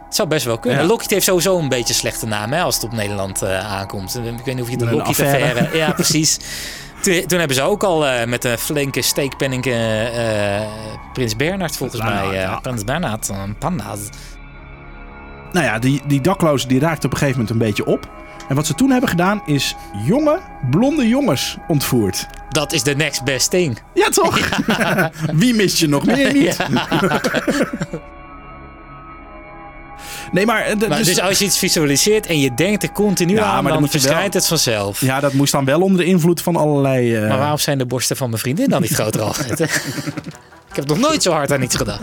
Het zou best wel kunnen. Ja. Lockheed heeft sowieso een beetje een slechte naam, hè, als het op Nederland aankomt. Ik weet niet of je de Een Lockheed-affaire... Ja, precies. Toen hebben ze ook al met een flinke steekpenning Prins Bernhard volgens mij. Prins Bernhard, panda's. Nou ja, die daklozen die raakten op een gegeven moment een beetje op. En wat ze toen hebben gedaan is jonge, blonde jongens ontvoerd. Dat is de next best thing. Ja, toch? Ja. Wie mist je nog meer niet? Ja. Nee, maar... Dus als je iets visualiseert en je denkt er continu aan, maar dan verschijnt het vanzelf. Ja, dat moest dan wel onder de invloed van allerlei... Maar waarom zijn de borsten van mijn vriendin dan niet groter altijd? Ik heb nog nooit zo hard aan iets gedaan.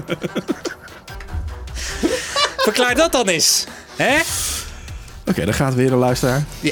Verklaar dat dan eens. Hè? Oké, daar gaat weer een luisteraar. Ja.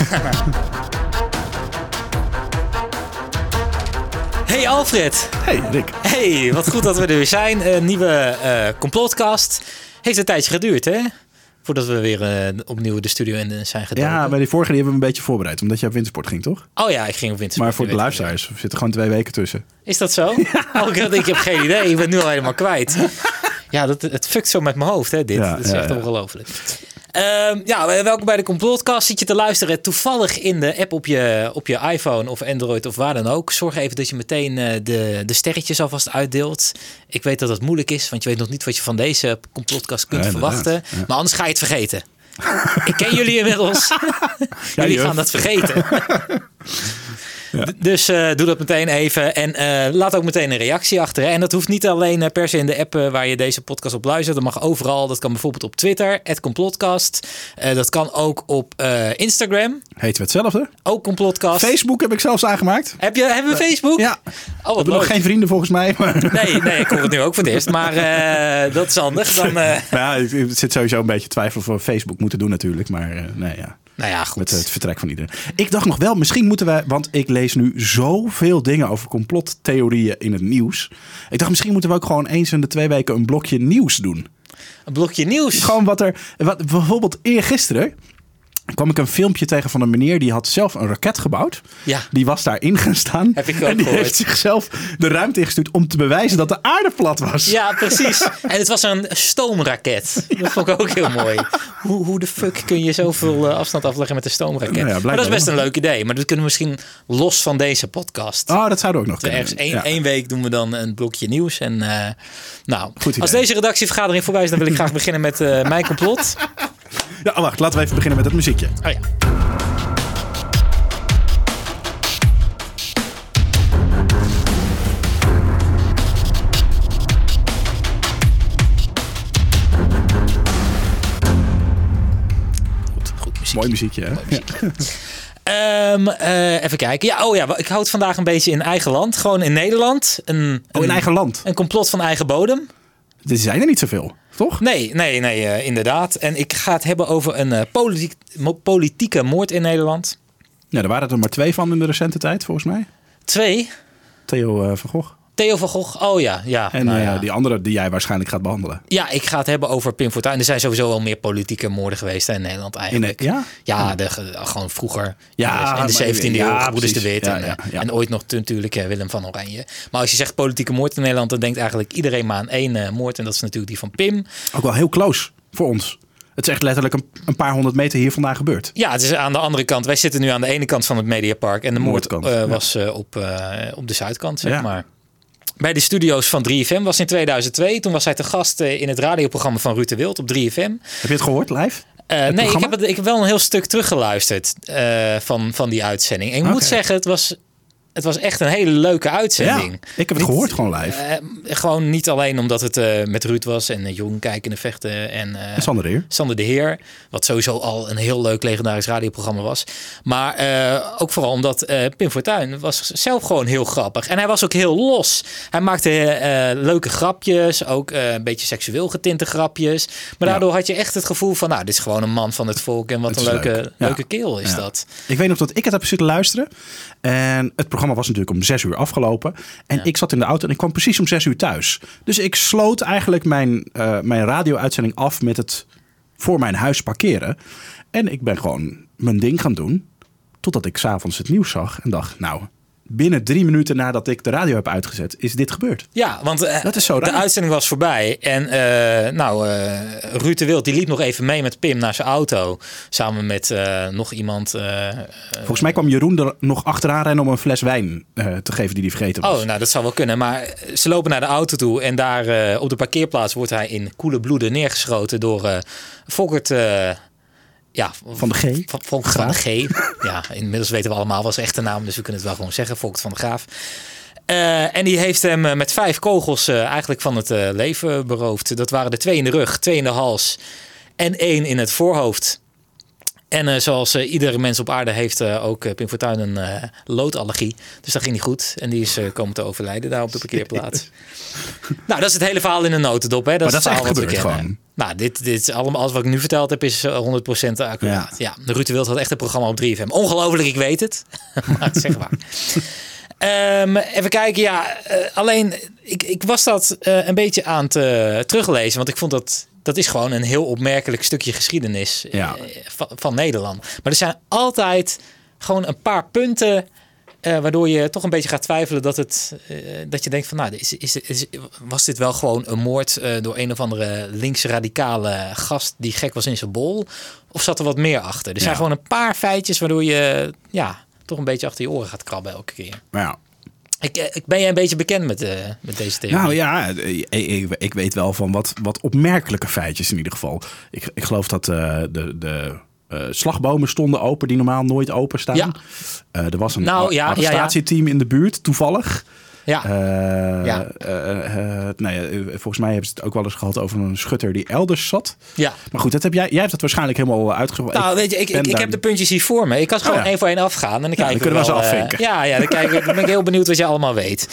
Hey Alfred. Hey Rick. Hey, wat goed dat we er weer zijn. Een nieuwe complotcast. Heeft een tijdje geduurd, hè? Voordat we weer opnieuw de studio in zijn gedoken. Ja, bij die vorige die hebben we een beetje voorbereid. Omdat je op wintersport ging, toch? Oh ja, ik ging op wintersport. Maar voor de luisteraars zitten gewoon 2 weken tussen. Is dat zo? Ja. Oh, ik heb geen idee. Ik ben nu al helemaal kwijt. Ja, het fuckt zo met mijn hoofd, hè, dit. Ja, dat is echt ongelooflijk. Welkom bij de Complotcast. Zit je te luisteren toevallig in de app op je iPhone of Android of waar dan ook. Zorg even dat je meteen de sterretjes alvast uitdeelt. Ik weet dat dat moeilijk is, want je weet nog niet wat je van deze Complotcast kunt verwachten. Ja. Maar anders ga je het vergeten. Ik ken jullie inmiddels. Jullie gaan dat vergeten. Ja. Dus doe dat meteen even. En laat ook meteen een reactie achter. Hè? En dat hoeft niet alleen per se in de app waar je deze podcast op luistert. Dat mag overal. Dat kan bijvoorbeeld op Twitter, @complotcast. Dat kan ook op Instagram. Heet we hetzelfde? Ook Complotcast. Facebook heb ik zelfs aangemaakt. Hebben we Facebook? Ja. Oh, we hebben nog geen vrienden volgens mij. Maar... Nee, ik hoor het nu ook voor het eerst. Maar dat is handig. Dan, Ja, er zit sowieso een beetje twijfel voor Facebook moeten doen natuurlijk. Maar nee, ja. Nou ja, goed. Met het vertrek van iedereen. Ik dacht nog wel, misschien moeten wij... Want ik lees nu zoveel dingen over complottheorieën in het nieuws. Ik dacht, misschien moeten we ook gewoon eens in de 2 weken een blokje nieuws doen. Een blokje nieuws? Gewoon bijvoorbeeld eergisteren kwam ik een filmpje tegen van een meneer die had zelf een raket gebouwd. Ja. Die was daarin gaan staan. Heb ik ook en die gehoord. heeft zichzelf de ruimte ingestuurd om te bewijzen dat de aarde plat was. Ja, precies. En het was een stoomraket. Ja. Dat vond ik ook heel mooi. Hoe de fuck kun je zoveel afstand afleggen met een stoomraket? Nou ja, maar dat is best een leuk idee. Maar dat kunnen we misschien los van deze podcast. Oh, dat zouden we ook nog kunnen. Ergens één week doen we dan een blokje nieuws. En als deze redactievergadering voorbij is, dan wil ik graag beginnen met mijn complot. Ja, wacht. Laten we even beginnen met het muziekje. Oh ja. Goed muziekje. Mooi muziekje, hè? Mooi muziekje. Even kijken. Ja, ik houd vandaag een beetje in eigen land. Gewoon in Nederland. In eigen land? Een complot van eigen bodem. Er zijn er niet zoveel, toch? Nee, inderdaad. En ik ga het hebben over een politieke moord in Nederland. Ja, er waren er maar 2 van in de recente tijd, volgens mij. 2? Theo van Gogh. Theo van Gogh, oh ja. En die andere die jij waarschijnlijk gaat behandelen. Ja, ik ga het hebben over Pim Fortuyn. Er zijn sowieso wel meer politieke moorden geweest in Nederland eigenlijk. Gewoon vroeger. Ja, in de 17e eeuw, Gebroeders de Wit. En ooit nog natuurlijk Willem van Oranje. Maar als je zegt politieke moord in Nederland, dan denkt eigenlijk iedereen maar aan 1 moord. En dat is natuurlijk die van Pim. Ook wel heel close voor ons. Het is echt letterlijk een paar 100 meter hier vandaan gebeurd. Ja, het is aan de andere kant. Wij zitten nu aan de ene kant van het Mediapark. En de moord was op de zuidkant, zeg maar. Bij de studio's van 3FM was in 2002. Toen was hij te gast in het radioprogramma van Ruud de Wild op 3FM. Heb je het gehoord live? Nee, ik heb wel een heel stuk teruggeluisterd van die uitzending. En ik moet zeggen, het was echt een hele leuke uitzending. Ja, ik heb het gehoord gewoon live. Gewoon niet alleen omdat het met Ruud was en Jeroen Kijkende Vechten en Sander de Heer. Wat sowieso al een heel leuk legendarisch radioprogramma was. Maar ook vooral omdat Pim Fortuyn was zelf gewoon heel grappig. En hij was ook heel los. Hij maakte leuke grapjes, ook een beetje seksueel getinte grapjes. Maar daardoor had je echt het gevoel van, dit is gewoon een man van het volk. En wat een leuke kerel is dat. Ik weet nog dat ik het heb zitten luisteren. En het programma was natuurlijk om 6 uur afgelopen. En ik zat in de auto en ik kwam precies om 6 uur thuis. Dus ik sloot eigenlijk mijn radio-uitzending af met het voor mijn huis parkeren. En ik ben gewoon mijn ding gaan doen. Totdat ik 's avonds het nieuws zag en dacht, binnen 3 minuten nadat ik de radio heb uitgezet, is dit gebeurd. Ja, want dat is zo de uitzending was voorbij. En Ruud de Wild die liep nog even mee met Pim naar zijn auto. Samen met nog iemand. Volgens mij kwam Jeroen er nog achteraan rennen om een fles wijn te geven die hij vergeten was. Oh, nou dat zou wel kunnen. Maar ze lopen naar de auto toe. En daar op de parkeerplaats wordt hij in koele bloeden neergeschoten door Fokkert... van de G. Fokkert van de G. Ja, inmiddels weten we allemaal wat zijn echte naam. Dus we kunnen het wel gewoon zeggen. Fokkert van de Graaf. En die heeft hem met 5 kogels eigenlijk van het leven beroofd. Dat waren er 2 in de rug, 2 in de hals en 1 in het voorhoofd. En zoals iedere mens op aarde heeft ook Pim Fortuyn een loodallergie. Dus dat ging niet goed. En die is komen te overlijden daar op de parkeerplaats. Nou, dat is het hele verhaal in een notendop. Hè? Dat maar is dat het is verhaal echt wat we gebeurd kennen. gewoon. Nou, dit is allemaal, alles wat ik nu verteld heb, is 100% accuraat. Ja, Ruud de Wild had echt een programma op 3FM. Ongelooflijk, ik weet het. Maar zeg maar. Even kijken, alleen ik was dat een beetje aan het teruglezen. Want ik vond dat is gewoon een heel opmerkelijk stukje geschiedenis van Nederland. Maar er zijn altijd gewoon een paar punten waardoor je toch een beetje gaat twijfelen dat je denkt van was dit wel gewoon een moord door een of andere linkse radicale gast die gek was in zijn bol? Of zat er wat meer achter? Er zijn gewoon een paar feitjes waardoor je toch een beetje achter je oren gaat krabben elke keer. Ja. Ben jij een beetje bekend met deze theorie? Nou ja, ik weet wel van wat opmerkelijke feitjes in ieder geval. Ik geloof dat de slagbomen stonden open die normaal nooit open staan. Ja. Er was een arrestatieteam in de buurt, toevallig. Ja. Volgens mij hebben ze het ook wel eens gehad over een schutter die elders zat. Ja. Maar goed, dat heb jij hebt het waarschijnlijk helemaal uitgevoerd. Nou, weet je, ik heb de puntjes hier voor me. Ik kan gewoon 1 voor 1 afgaan. En dan kijken kunnen we zo afvinken. Dan ben ik heel benieuwd wat je allemaal weet.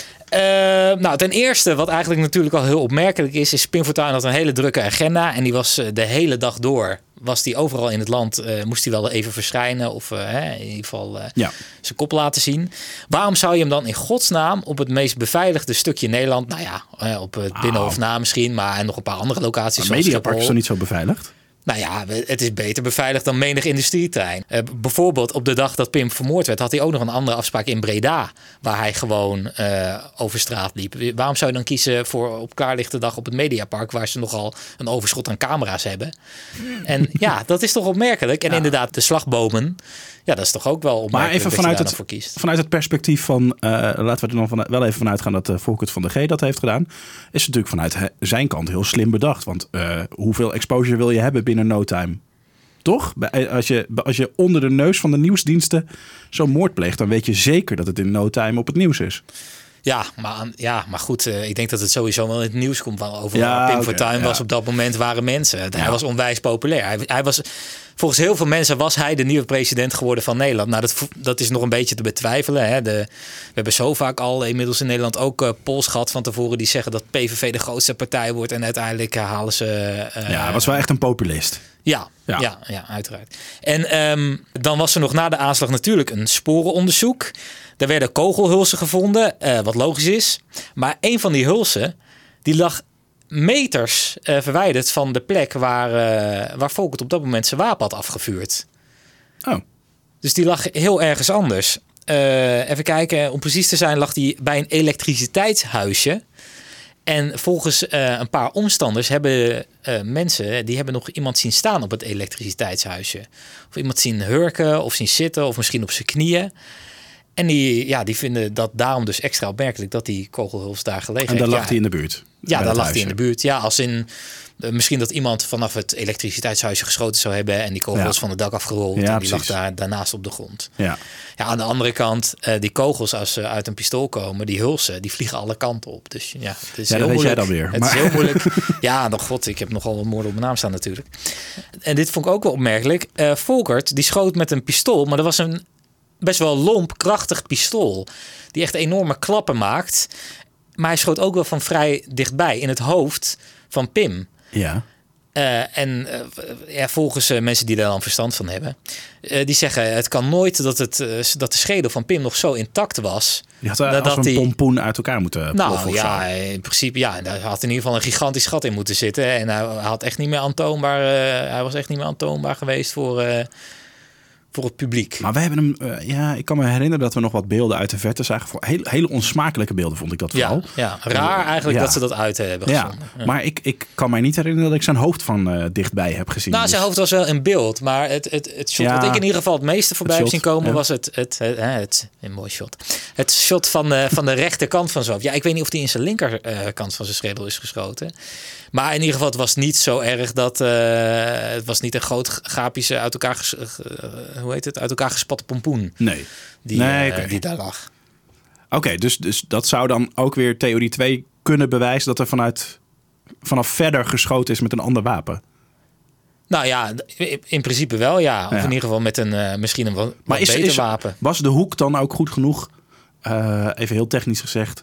Ten eerste, wat eigenlijk natuurlijk al heel opmerkelijk is Pim Fortuyn had een hele drukke agenda. En die was de hele dag door. Was die overal in het land, moest hij wel even verschijnen of in ieder geval zijn kop laten zien. Waarom zou je hem dan in godsnaam op het meest beveiligde stukje Nederland, op het Binnenhof na misschien, maar nog een paar andere locaties. Het Mediapark is toch niet zo beveiligd? Nou ja, het is beter beveiligd dan menig industrieterrein. Bijvoorbeeld op de dag dat Pim vermoord werd, had hij ook nog een andere afspraak in Breda, waar hij gewoon over straat liep. Waarom zou je dan kiezen voor op klaarlichte dag op het Mediapark, waar ze nogal een overschot aan camera's hebben? En dat is toch opmerkelijk. En inderdaad, de slagbomen, dat is toch ook wel opmerkelijk. Maar even vanuit het perspectief van, laten we er dan wel even vanuit gaan dat Fokkert van de G dat heeft gedaan, is het natuurlijk vanuit zijn kant heel slim bedacht. Want hoeveel exposure wil je hebben binnen no time? Toch? Als je onder de neus van de nieuwsdiensten zo'n moord pleegt, dan weet je zeker dat het in no time op het nieuws is. Ja, maar goed, ik denk dat het sowieso wel in het nieuws komt. Pim Fortuyn was op dat moment waren mensen. Hij was onwijs populair. Hij was, volgens heel veel mensen was hij de nieuwe president geworden van Nederland. Nou, dat is nog een beetje te betwijfelen. Hè. We hebben zo vaak al inmiddels in Nederland ook polls gehad van tevoren die zeggen dat PVV de grootste partij wordt. En uiteindelijk halen ze... hij was wel echt een populist. Ja, uiteraard. En dan was er nog na de aanslag natuurlijk een sporenonderzoek. Er werden kogelhulsen gevonden, wat logisch is. Maar een van die hulsen, die lag meters verwijderd van de plek waar Fokkert op dat moment zijn wapen had afgevuurd. Oh. Dus die lag heel ergens anders. Even kijken, om precies te zijn lag die bij een elektriciteitshuisje. En volgens een paar omstanders hebben mensen, die hebben nog iemand zien staan op het elektriciteitshuisje. Of iemand zien hurken of zien zitten of misschien op zijn knieën. En die vinden dat daarom dus extra opmerkelijk dat die kogelhuls daar gelegen heeft. En daar lag hij in de buurt? Ja, daar lag hij in de buurt. Ja, als in misschien dat iemand vanaf het elektriciteitshuisje geschoten zou hebben en die kogels van het dak afgerold. Ja, en die lag daarnaast op de grond. Ja, aan de andere kant, die kogels als ze uit een pistool komen, die hulsen, die vliegen alle kanten op. Dus het is heel moeilijk. Jij dan weer. Het is heel moeilijk. Ja, god, ik heb nogal wat moorden op mijn naam staan natuurlijk. En dit vond ik ook wel opmerkelijk. Fokkert, die schoot met een pistool, maar dat was een best wel lomp, krachtig pistool. Die echt enorme klappen maakt. Maar hij schoot ook wel van vrij dichtbij in het hoofd van Pim. Ja. Volgens mensen die daar dan verstand van hebben. Die zeggen het kan nooit dat de schedel van Pim nog zo intact was. Die had als een pompoen uit elkaar moeten ploffen. Nou ja, in principe daar had in ieder geval een gigantisch gat in moeten zitten. En hij had echt niet meer aantoonbaar. Hij was echt niet meer aantoonbaar geweest voor voor het publiek. Maar we hebben hem... ik kan me herinneren dat we nog wat beelden uit de verte zagen. Hele onsmakelijke beelden vond ik dat vooral. Ja, raar eigenlijk dat ze dat uit hebben gezonden. Ja. Maar ik kan mij niet herinneren dat ik zijn hoofd van dichtbij heb gezien. Nou, zijn hoofd was wel in beeld. Maar het shot wat ik in ieder geval het meeste voorbij heb zien komen... was een mooi shot. Het shot van de rechterkant van Zwaap. Ja, ik weet niet of die in zijn linkerkant van zijn schedel is geschoten. Maar in ieder geval, het was niet zo erg dat... het was niet een groot grapische uit elkaar gespatte pompoen. Nee. Die daar lag. Oké, dus dat zou dan ook weer theorie 2 kunnen bewijzen... dat er vanaf verder geschoten is met een ander wapen. Nou ja, in principe wel, ja. Of in ieder geval met misschien een wat beter wapen. Was de hoek dan ook goed genoeg, even heel technisch gezegd...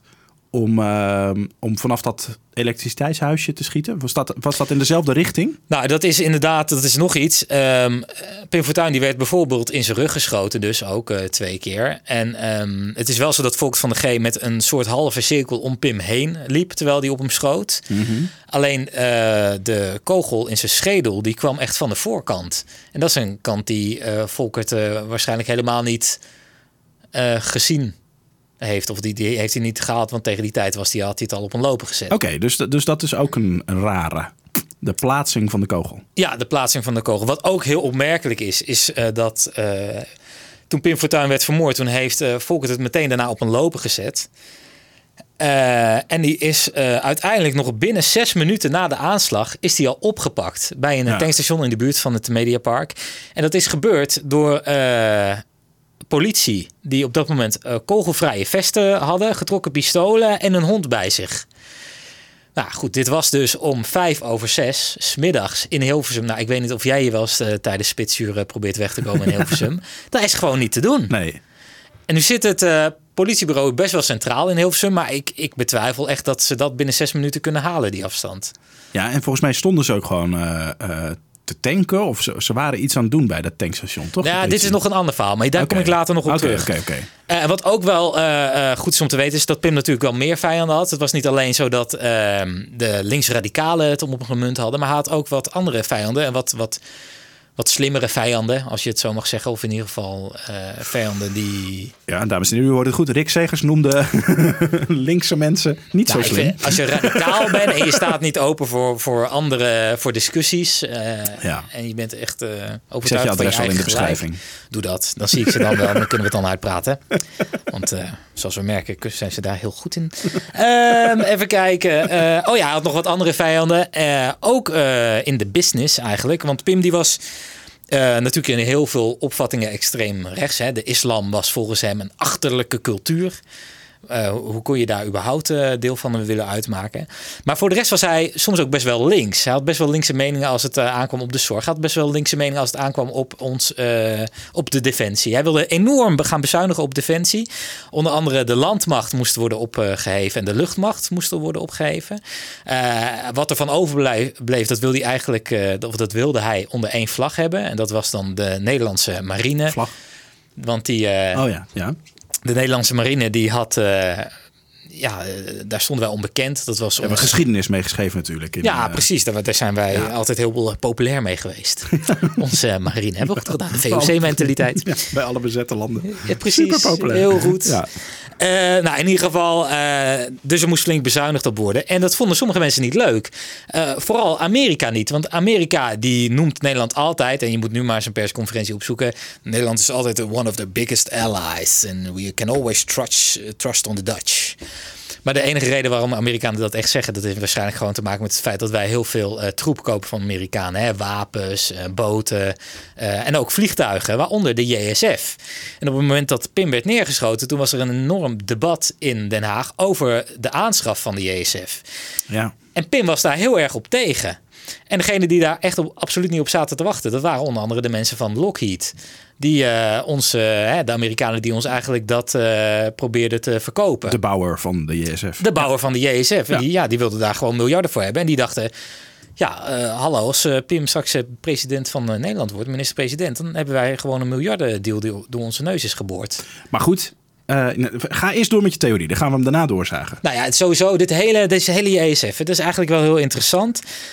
om vanaf dat elektriciteitshuisje te schieten? Was dat in dezelfde richting? Nou, dat is nog iets. Pim Fortuyn die werd bijvoorbeeld in zijn rug geschoten, dus ook 2 keer. En het is wel zo dat Volkert van de G met een soort halve cirkel om Pim heen liep, terwijl hij op hem schoot. Mm-hmm. Alleen de kogel in zijn schedel, die kwam echt van de voorkant. En dat is een kant die Volkert waarschijnlijk helemaal niet gezien heeft. Of die heeft hij niet gehaald, want tegen die tijd had hij het al op een lopen gezet. Oké, dus dat is ook een rare. De plaatsing van de kogel. Ja, de plaatsing van de kogel. Wat ook heel opmerkelijk is dat toen Pim Fortuyn werd vermoord, toen heeft Volkert het meteen daarna op een lopen gezet. En die is uiteindelijk nog binnen 6 minuten na de aanslag is die al opgepakt bij een tankstation in de buurt van het Mediapark. En dat is gebeurd door politie die op dat moment kogelvrije vesten hadden, getrokken pistolen en een hond bij zich. Nou goed, dit was dus om 5:05 's middags in Hilversum. Nou, ik weet niet of jij je wel eens tijdens spitsuur probeert weg te komen in Hilversum. Dat is gewoon niet te doen. Nee. En nu zit het politiebureau best wel centraal in Hilversum, maar ik betwijfel echt dat ze dat binnen 6 minuten kunnen halen, die afstand. Ja, en volgens mij stonden ze ook gewoon te tanken of ze waren iets aan het doen bij dat tankstation, toch? Ja, dit is nog een ander verhaal, maar daar kom ik later nog op terug. Oké. En wat ook wel goed is om te weten is dat Pim natuurlijk wel meer vijanden had. Het was niet alleen zo dat de linksradicalen het op een munt hadden, maar hij had ook wat andere vijanden en wat slimmere vijanden, als je het zo mag zeggen. Of in ieder geval vijanden die... Ja, dames en heren, u hoort het goed. Rick Segers noemde linkse mensen niet zo slim. Als je radicaal bent en je staat niet open voor discussies. En je bent echt overtuigd van je eigen in de beschrijving. Doe dat. Dan zie ik ze dan wel en dan kunnen we het dan uitpraten. Want zoals we merken zijn ze daar heel goed in. Even kijken. Hij had nog wat andere vijanden. Ook in de business eigenlijk. Want Pim die was... natuurlijk in heel veel opvattingen extreem rechts. Hè. De islam was volgens hem een achterlijke cultuur. Hoe kon je daar überhaupt deel van willen uitmaken? Maar voor de rest was hij soms ook best wel links. Hij had best wel linkse meningen als het aankwam op de zorg. Hij had best wel linkse meningen als het aankwam op de defensie. Hij wilde enorm gaan bezuinigen op defensie. Onder andere de landmacht moest worden opgeheven en de luchtmacht moest worden opgeheven. Wat er van overbleef, dat wilde hij eigenlijk, dat wilde hij onder 1 vlag hebben. En dat was dan de Nederlandse marine. Vlag. Want die... De Nederlandse marine die had... daar stonden wij onbekend. Dat was we hebben geschiedenis meegeschreven natuurlijk. Precies. Daar zijn wij altijd heel populair mee geweest. Onze marine hebben we goed gedaan. De VOC-mentaliteit. Ja, bij alle bezette landen. Ja, precies. Super populair. Heel goed. Ja. In ieder geval, dus er moest flink bezuinigd op worden. En dat vonden sommige mensen niet leuk. Vooral Amerika niet. Want Amerika die noemt Nederland altijd, en je moet nu maar eens een persconferentie opzoeken. Nederland is altijd one of the biggest allies. And we can always trust on the Dutch. Maar de enige reden waarom Amerikanen dat echt zeggen, dat heeft waarschijnlijk gewoon te maken met het feit dat wij heel veel troep kopen van Amerikanen. Hè? Wapens, boten en ook vliegtuigen, waaronder de JSF. En op het moment dat Pim werd neergeschoten, toen was er een enorm debat in Den Haag over de aanschaf van de JSF. Ja. En Pim was daar heel erg op tegen. En degene die daar echt absoluut niet op zaten te wachten, dat waren onder andere de mensen van Lockheed. Die de Amerikanen die ons eigenlijk dat probeerden te verkopen. De bouwer van de JSF. De bouwer van de JSF. Ja. Die wilden daar gewoon miljarden voor hebben. En die dachten, hallo, als Pim straks president van Nederland wordt, minister-president, dan hebben wij gewoon een miljardendeal die door onze neus is geboord. Maar goed, ga eerst door met je theorie. Dan gaan we hem daarna doorzagen. Nou ja, sowieso, deze hele JSF. Het is eigenlijk wel heel interessant.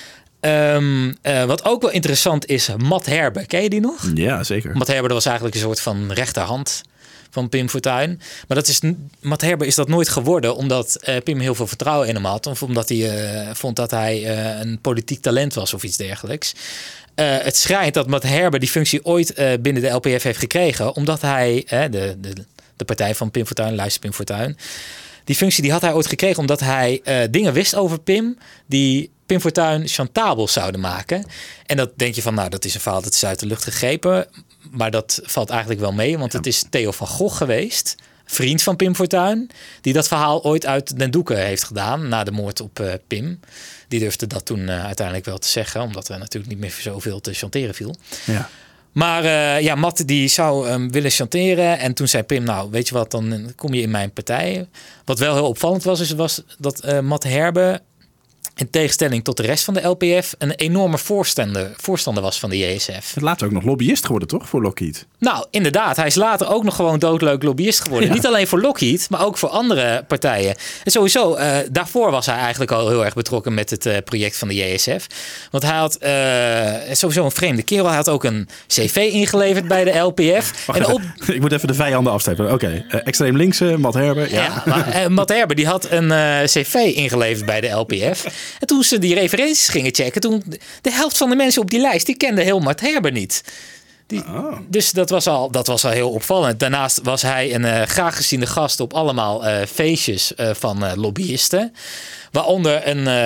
Wat ook wel interessant is, Matt Herbe. Ken je die nog? Ja, zeker. Matt Herbe, dat was eigenlijk een soort van rechterhand van Pim Fortuyn. Maar Matt Herbe is dat nooit geworden, omdat Pim heel veel vertrouwen in hem had. Of omdat hij vond dat hij een politiek talent was of iets dergelijks. Het schijnt dat Matt Herbe die functie ooit binnen de LPF heeft gekregen, omdat hij, de partij van Pim Fortuyn, luister Pim Fortuyn, die functie die had hij ooit gekregen omdat hij dingen wist over Pim die Pim Fortuyn chantabel zouden maken. En dat denk je van, nou, dat is een verhaal dat is uit de lucht gegrepen. Maar dat valt eigenlijk wel mee, want het is Theo van Gogh geweest, vriend van Pim Fortuyn, die dat verhaal ooit uit den doeken heeft gedaan na de moord op Pim. Die durfde dat toen uiteindelijk wel te zeggen, omdat er natuurlijk niet meer zoveel te chanteren viel. Ja. Maar Matt die zou willen chanteren. En toen zei Pim, nou, weet je wat, dan kom je in mijn partij. Wat wel heel opvallend was dat Matt Herbe, in tegenstelling tot de rest van de LPF, een enorme voorstander was van de JSF. Het later ook nog lobbyist geworden, toch? Voor Lockheed. Nou, inderdaad. Hij is later ook nog gewoon doodleuk lobbyist geworden. Ja. Niet alleen voor Lockheed, maar ook voor andere partijen. En sowieso, daarvoor was hij eigenlijk al heel erg betrokken met het project van de JSF. Want hij had sowieso een vreemde kerel. Hij had ook een cv ingeleverd bij de LPF. Ik moet even de vijanden afsteppen. Oké. Extreem linkse, Matt Herbe. Ja, maar Matt Herbe die had een cv ingeleverd bij de LPF. En toen ze die referenties gingen checken, toen de helft van de mensen op die lijst, die kende heel Matt Herbe niet. Dus dat was al heel opvallend. Daarnaast was hij een graag geziene gast op allemaal feestjes van lobbyisten. Waaronder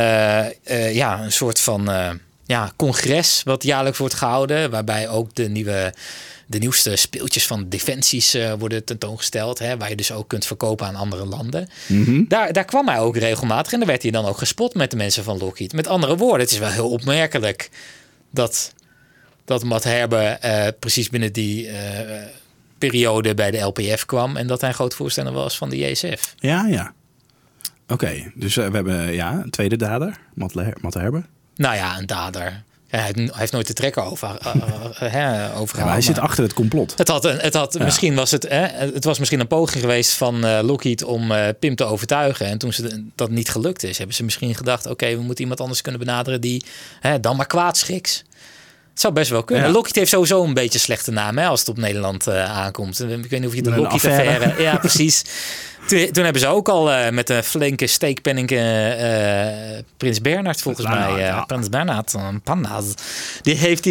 een soort van congres wat jaarlijks wordt gehouden. Waarbij ook de nieuwste speeltjes van defensies worden tentoongesteld. Hè, waar je dus ook kunt verkopen aan andere landen. Mm-hmm. Daar kwam hij ook regelmatig. En daar werd hij dan ook gespot met de mensen van Lockheed. Met andere woorden, het is wel heel opmerkelijk dat Matt Herbe precies binnen die periode bij de LPF kwam. En dat hij een groot voorstander was van de JSF. Ja. Oké, dus we hebben een tweede dader, Matt Herbe. Nou ja, een dader. Hij heeft nooit de trekker over maar hij zit achter het complot. Het was misschien een poging geweest van Lockheed om Pim te overtuigen. En toen dat niet gelukt is, hebben ze misschien gedacht, oké, we moeten iemand anders kunnen benaderen die dan maar kwaadschiks. Het zou best wel kunnen. Ja. Lockheed heeft sowieso een beetje slechte naam als het op Nederland aankomt. Ik weet niet of je de Lockheed-affaire... Ja, precies. Toen hebben ze ook al met een flinke steekpenning Prins Bernhard volgens mij. Prins Bernhard, panda's. Die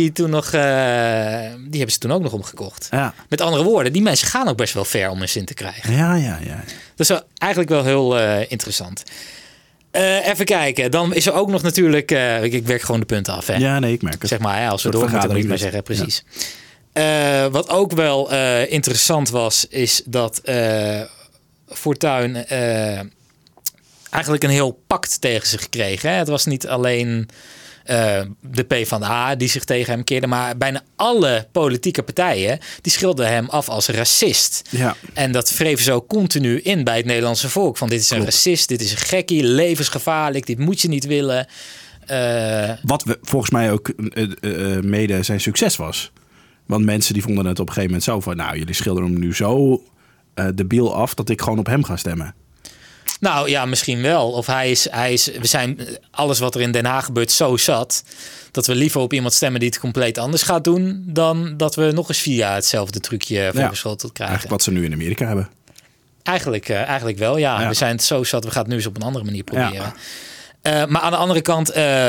hebben ze toen ook nog omgekocht. Ja. Met andere woorden, die mensen gaan ook best wel ver om hun zin te krijgen. Ja. Dat is eigenlijk wel heel interessant. Even kijken. Dan is er ook nog natuurlijk... ik werk gewoon de punten af. Hè? Ja, nee, ik merk het. Zeg maar, als we door moeten, moet ik maar zeggen. Precies. Ja. Wat ook wel interessant was, is dat Fortuyn eigenlijk een heel pact tegen zich kreeg. Hè? Het was niet alleen de PvdA die zich tegen hem keerde, maar bijna alle politieke partijen die schilderden hem af als racist. Ja. En dat wreven ze ook continu in bij het Nederlandse volk. Van dit is een racist, dit is een gekkie, levensgevaarlijk, dit moet je niet willen. Wat volgens mij ook mede zijn succes was. Want mensen die vonden het op een gegeven moment zo van, nou, jullie schilderen hem nu zo debiel af dat ik gewoon op hem ga stemmen. Nou ja, misschien wel. Of we zijn alles wat er in Den Haag gebeurt zo zat dat we liever op iemand stemmen die het compleet anders gaat doen dan dat we nog eens via hetzelfde trucje voorgeschoteld krijgen. Eigenlijk wat ze nu in Amerika hebben. Eigenlijk wel, ja. We zijn het zo zat, we gaan het nu eens op een andere manier proberen. Ja. Maar aan de andere kant,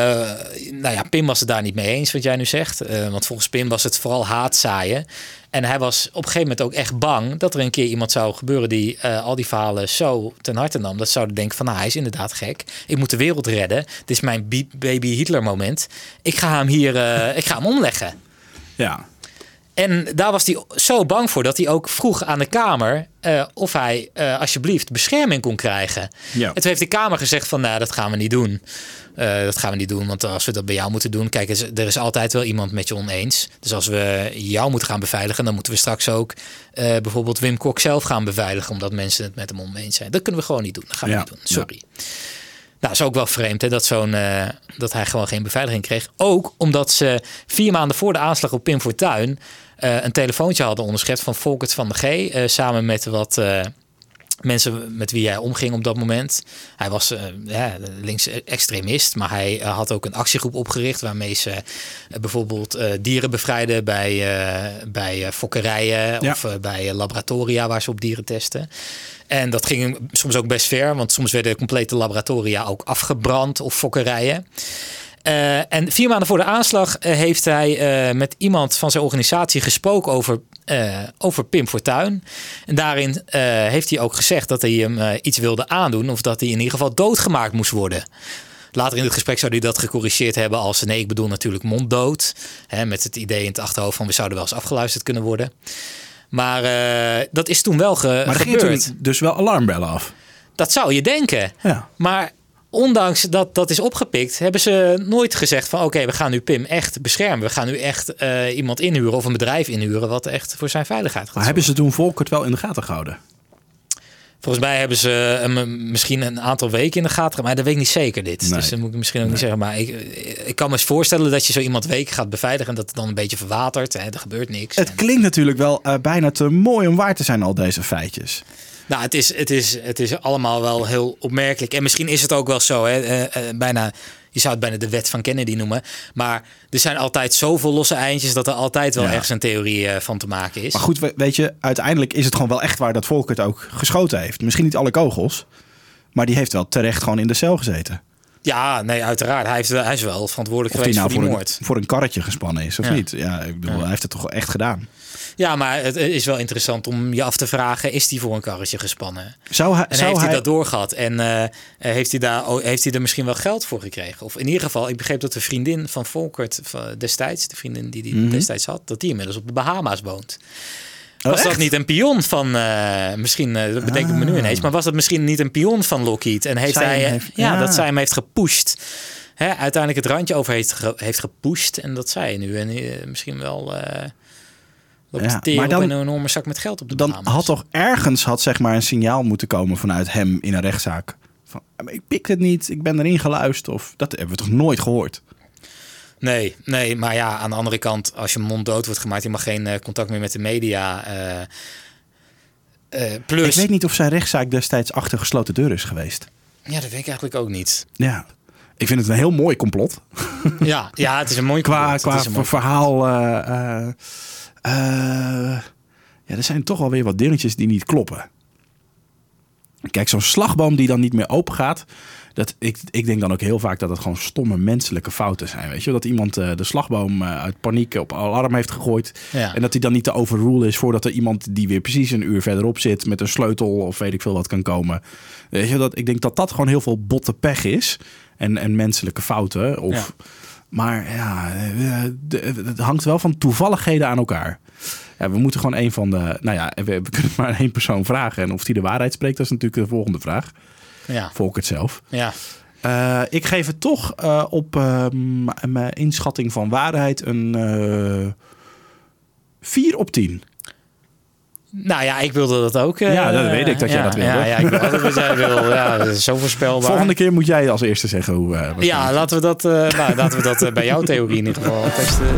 Pim was het daar niet mee eens wat jij nu zegt. Want volgens Pim was het vooral haatzaaien. En hij was op een gegeven moment ook echt bang dat er een keer iemand zou gebeuren die al die verhalen zo ten harte nam. Dat zouden denken van, hij is inderdaad gek. Ik moet de wereld redden. Dit is mijn baby Hitler moment. Ik ga hem omleggen. Ja. En daar was hij zo bang voor dat hij ook vroeg aan de Kamer of hij alsjeblieft bescherming kon krijgen. Ja. En toen heeft de Kamer gezegd van, nou, dat gaan we niet doen. Want als we dat bij jou moeten doen, kijk, er is altijd wel iemand met je oneens. Dus als we jou moeten gaan beveiligen, dan moeten we straks ook bijvoorbeeld Wim Kok zelf gaan beveiligen, omdat mensen het met hem oneens zijn. Dat kunnen we gewoon niet doen. Dat gaan we niet doen. Sorry. Ja. Nou, is ook wel vreemd hè, dat hij gewoon geen beveiliging kreeg. Ook omdat ze 4 maanden voor de aanslag op Pim Fortuyn een telefoontje hadden onderschept van Volkert van de G. Samen met wat mensen met wie hij omging op dat moment. Hij was links-extremist, maar hij had ook een actiegroep opgericht waarmee ze bijvoorbeeld dieren bevrijden bij fokkerijen of bij laboratoria waar ze op dieren testen. En dat ging soms ook best ver, want soms werden complete laboratoria ook afgebrand of fokkerijen. En 4 maanden voor de aanslag heeft hij met iemand van zijn organisatie gesproken over Pim Fortuyn. En daarin heeft hij ook gezegd dat hij hem iets wilde aandoen of dat hij in ieder geval doodgemaakt moest worden. Later in het gesprek zou hij dat gecorrigeerd hebben als nee, ik bedoel natuurlijk monddood. Met het idee in het achterhoofd van we zouden wel eens afgeluisterd kunnen worden. Maar dat is toen wel gebeurd. Maar er ging toen dus wel alarmbellen af? Dat zou je denken. Ja. Maar ondanks dat dat is opgepikt, hebben ze nooit gezegd van oké, we gaan nu Pim echt beschermen. We gaan nu echt iemand inhuren of een bedrijf inhuren wat echt voor zijn veiligheid gaat. Maar hebben ze toen Volkert wel in de gaten gehouden? Volgens mij hebben ze hem misschien een aantal weken in de gaten gehouden, maar dat weet ik niet zeker dit. Nee. Dus dat moet ik misschien ook niet zeggen. Maar ik kan me eens voorstellen dat je zo iemand weken gaat beveiligen en dat het dan een beetje verwatert. Er gebeurt niks. Het klinkt natuurlijk wel bijna te mooi om waar te zijn, al deze feitjes. Nou, het is allemaal wel heel opmerkelijk. En misschien is het ook wel zo, bijna, je zou het bijna de wet van Kennedy noemen. Maar er zijn altijd zoveel losse eindjes dat er altijd wel ergens een theorie van te maken is. Maar goed, weet je, uiteindelijk is het gewoon wel echt waar dat Volkert ook geschoten heeft. Misschien niet alle kogels, maar die heeft wel terecht gewoon in de cel gezeten. Ja, nee, uiteraard. Hij is wel verantwoordelijk geweest voor die moord. Voor een karretje gespannen is, of niet? Ja, ik bedoel, hij heeft het toch echt gedaan. Ja, maar het is wel interessant om je af te vragen, is hij voor een karretje gespannen? Heeft hij dat doorgehad? En heeft hij er misschien wel geld voor gekregen? Of in ieder geval, ik begreep dat de vriendin van Volkert destijds, de vriendin die hij destijds had, dat die inmiddels op de Bahama's woont. Was dat niet een pion van, misschien, dat bedenk ik me nu ineens, maar was dat misschien niet een pion van Lockheed? En heeft dat zij hem heeft gepusht. Uiteindelijk het randje over heeft gepusht en dat zij nu. En misschien wel maar dan, een enorme zak met geld op de Bahamas. Dan had toch ergens zeg maar een signaal moeten komen vanuit hem in een rechtszaak. Van, ik pik het niet, ik ben erin geluisterd. Of dat hebben we toch nooit gehoord? Nee, maar ja, aan de andere kant, als je monddood wordt gemaakt, je mag geen contact meer met de media. Plus, ik weet niet of zijn rechtszaak destijds achter gesloten deuren is geweest. Ja, dat weet ik eigenlijk ook niet. Ja, ik vind het een heel mooi complot. Ja, het is een mooi complot. Qua verhaal. Er zijn toch alweer wat dingetjes die niet kloppen. Kijk, zo'n slagboom die dan niet meer open gaat. Ik denk dan ook heel vaak dat het gewoon stomme menselijke fouten zijn. Weet je? Dat iemand de slagboom uit paniek op alarm heeft gegooid. Ja. En dat hij dan niet te overrule is voordat er iemand die weer precies een uur verderop zit met een sleutel of weet ik veel wat kan komen. Weet je, ik denk dat gewoon heel veel botte pech is. En menselijke fouten. Maar ja, het hangt wel van toevalligheden aan elkaar. Ja, we moeten gewoon een van de... Nou ja, we kunnen maar één persoon vragen. En of die de waarheid spreekt, dat is natuurlijk de volgende vraag. Ja. Volkert zelf. Ja. Ik geef het toch op mijn inschatting van waarheid een 4 op 10. Nou ja, ik wilde dat ook. Ja, dat weet ik dat jij dat wilde. Ja, ik wil altijd wat jij wil. Ja, dat is zo voorspelbaar. Volgende keer moet jij als eerste zeggen hoe... laten we dat bij jouw theorie in ieder geval testen.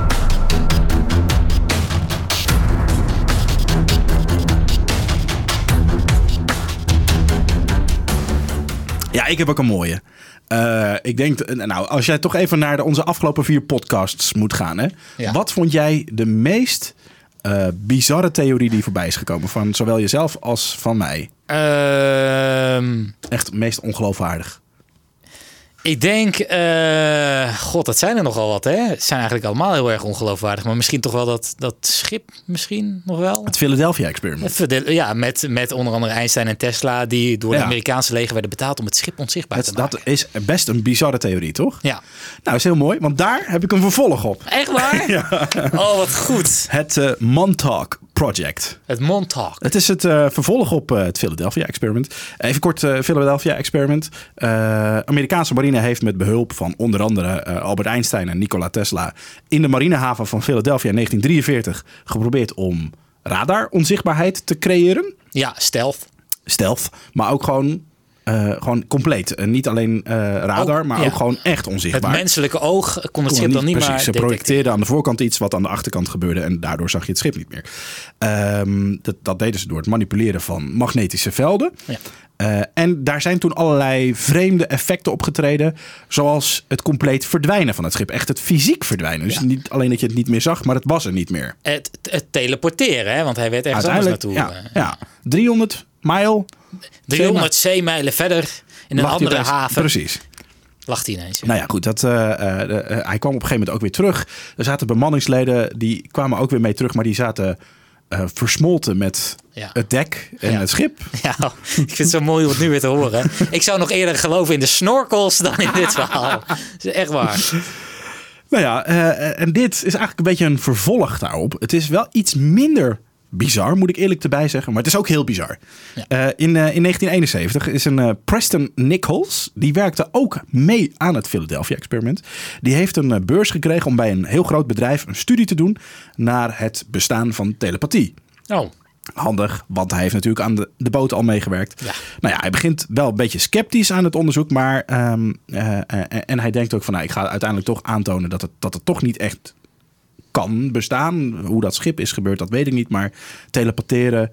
Ja, ik heb ook een mooie. Ik denk, nou, als jij toch even naar onze afgelopen 4 podcasts moet gaan. Hè? Ja. Wat vond jij de meest bizarre theorie die voorbij is gekomen? Van zowel jezelf als van mij. Echt meest ongeloofwaardig. Ik denk, dat zijn er nogal wat, hè? Het zijn eigenlijk allemaal heel erg ongeloofwaardig. Maar misschien toch wel dat schip misschien nog wel. Het Philadelphia Experiment. Ja, met onder andere Einstein en Tesla, die door het Amerikaanse leger werden betaald om het schip onzichtbaar te maken. Dat is best een bizarre theorie, toch? Ja. Nou, is heel mooi, want daar heb ik een vervolg op. Echt waar? Ja. Oh, wat goed. Het Montauk Project. Het Montauk. Het is het vervolg op het Philadelphia Experiment. Even kort, Philadelphia Experiment. Amerikaanse marine heeft met behulp van onder andere Albert Einstein en Nikola Tesla in de marinehaven van Philadelphia in 1943 geprobeerd om radaronzichtbaarheid te creëren. Ja, stealth. Maar ook gewoon Gewoon compleet. Niet alleen radar, maar ook gewoon echt onzichtbaar. Het menselijke oog kon het schip dan niet meer Ze projecteerden aan de voorkant iets wat aan de achterkant gebeurde. En daardoor zag je het schip niet meer. Dat deden ze door het manipuleren van magnetische velden. Ja. En daar zijn toen allerlei vreemde effecten opgetreden. Zoals het compleet verdwijnen van het schip. Echt het fysiek verdwijnen. Dus niet alleen dat je het niet meer zag, maar het was er niet meer. Het teleporteren, hè? Want hij werd ergens anders naartoe. Ja, 300 mijl. 300 zeemijlen verder in een andere haven. Precies. Lag hij ineens. Ja. Nou ja, goed. Hij kwam op een gegeven moment ook weer terug. Er zaten bemanningsleden, die kwamen ook weer mee terug. Maar die zaten versmolten met het dek en het schip. Ja, ik vind het zo mooi om het nu weer te horen. Ik zou nog eerder geloven in de snorkels dan in dit verhaal. Dat is echt waar. Nou ja, en dit is eigenlijk een beetje een vervolg daarop. Het is wel iets minder bizar, moet ik eerlijk erbij zeggen. Maar het is ook heel bizar. Ja. In 1971 is een Preston Nichols. Die werkte ook mee aan het Philadelphia-experiment. Die heeft een beurs gekregen om bij een heel groot bedrijf een studie te doen naar het bestaan van telepathie. Oh. Handig, want hij heeft natuurlijk aan de boot al meegewerkt. Ja. Nou ja, hij begint wel een beetje sceptisch aan het onderzoek. Maar en hij denkt ook van, ik ga uiteindelijk toch aantonen dat het toch niet echt kan bestaan. Hoe dat schip is gebeurd, dat weet ik niet. Maar teleporteren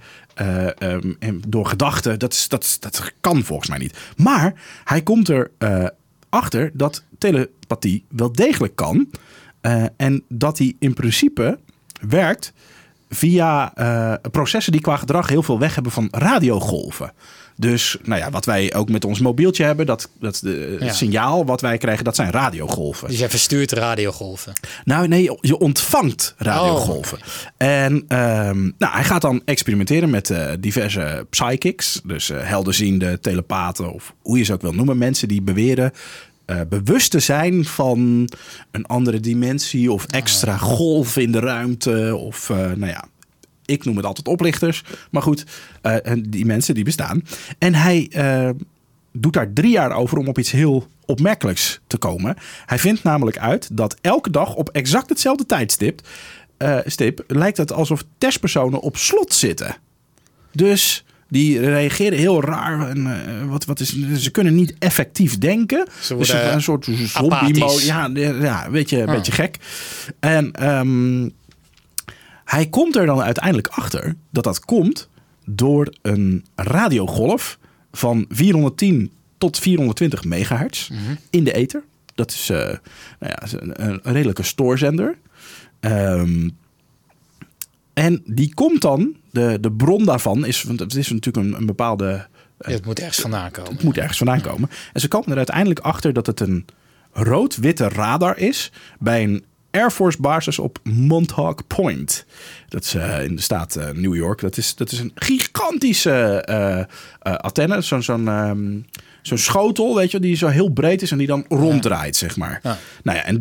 door gedachten, dat kan volgens mij niet. Maar hij komt er achter dat telepathie wel degelijk kan. En dat die in principe werkt via processen die qua gedrag heel veel weg hebben van radiogolven. Dus wat wij ook met ons mobieltje hebben, dat signaal wat wij krijgen, dat zijn radiogolven. Dus jij verstuurt radiogolven? Nou nee, je ontvangt radiogolven. Oh, okay. En hij gaat dan experimenteren met diverse psychics. Dus helderziende, telepathen of hoe je ze ook wil noemen. Mensen die beweren bewust te zijn van een andere dimensie of extra golf in de ruimte of ik noem het altijd oplichters. Maar goed, die mensen die bestaan. En hij doet daar 3 jaar over om op iets heel opmerkelijks te komen. Hij vindt namelijk uit dat elke dag op exact hetzelfde tijdstip lijkt het alsof testpersonen op slot zitten. Dus die reageren heel raar. En, ze kunnen niet effectief denken. Ze worden een soort zombie-mode. Ja, een beetje gek. En hij komt er dan uiteindelijk achter dat komt door een radiogolf van 410 tot 420 megahertz in de ether. Dat is een redelijke stoorzender. En die komt dan, de bron daarvan is, want het is natuurlijk een bepaalde. Het moet ergens vandaan komen. Het moet ergens vandaan komen. En ze komen er uiteindelijk achter dat het een rood-witte radar is bij een Air Force basis op Montauk Point. Dat is in de staat New York. Dat is een gigantische antenne. Zo'n schotel, weet je, die zo heel breed is en die dan ronddraait, zeg maar. Ja. Nou ja, en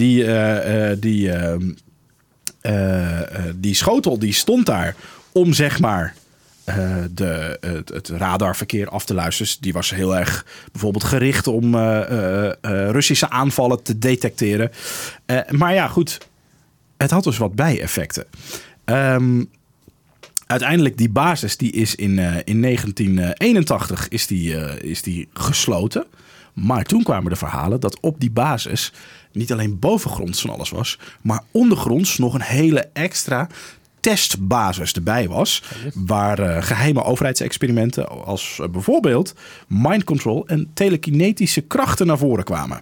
die schotel die stond daar om, zeg maar, het radarverkeer af te luisteren. Dus die was heel erg bijvoorbeeld gericht om Russische aanvallen te detecteren. Maar ja, goed. Het had dus wat bijeffecten. Uiteindelijk die basis die is in 1981 is die gesloten. Maar toen kwamen de verhalen dat op die basis niet alleen bovengronds van alles was, maar ondergronds nog een hele extra testbasis erbij was, waar geheime overheidsexperimenten als bijvoorbeeld mind control en telekinetische krachten naar voren kwamen.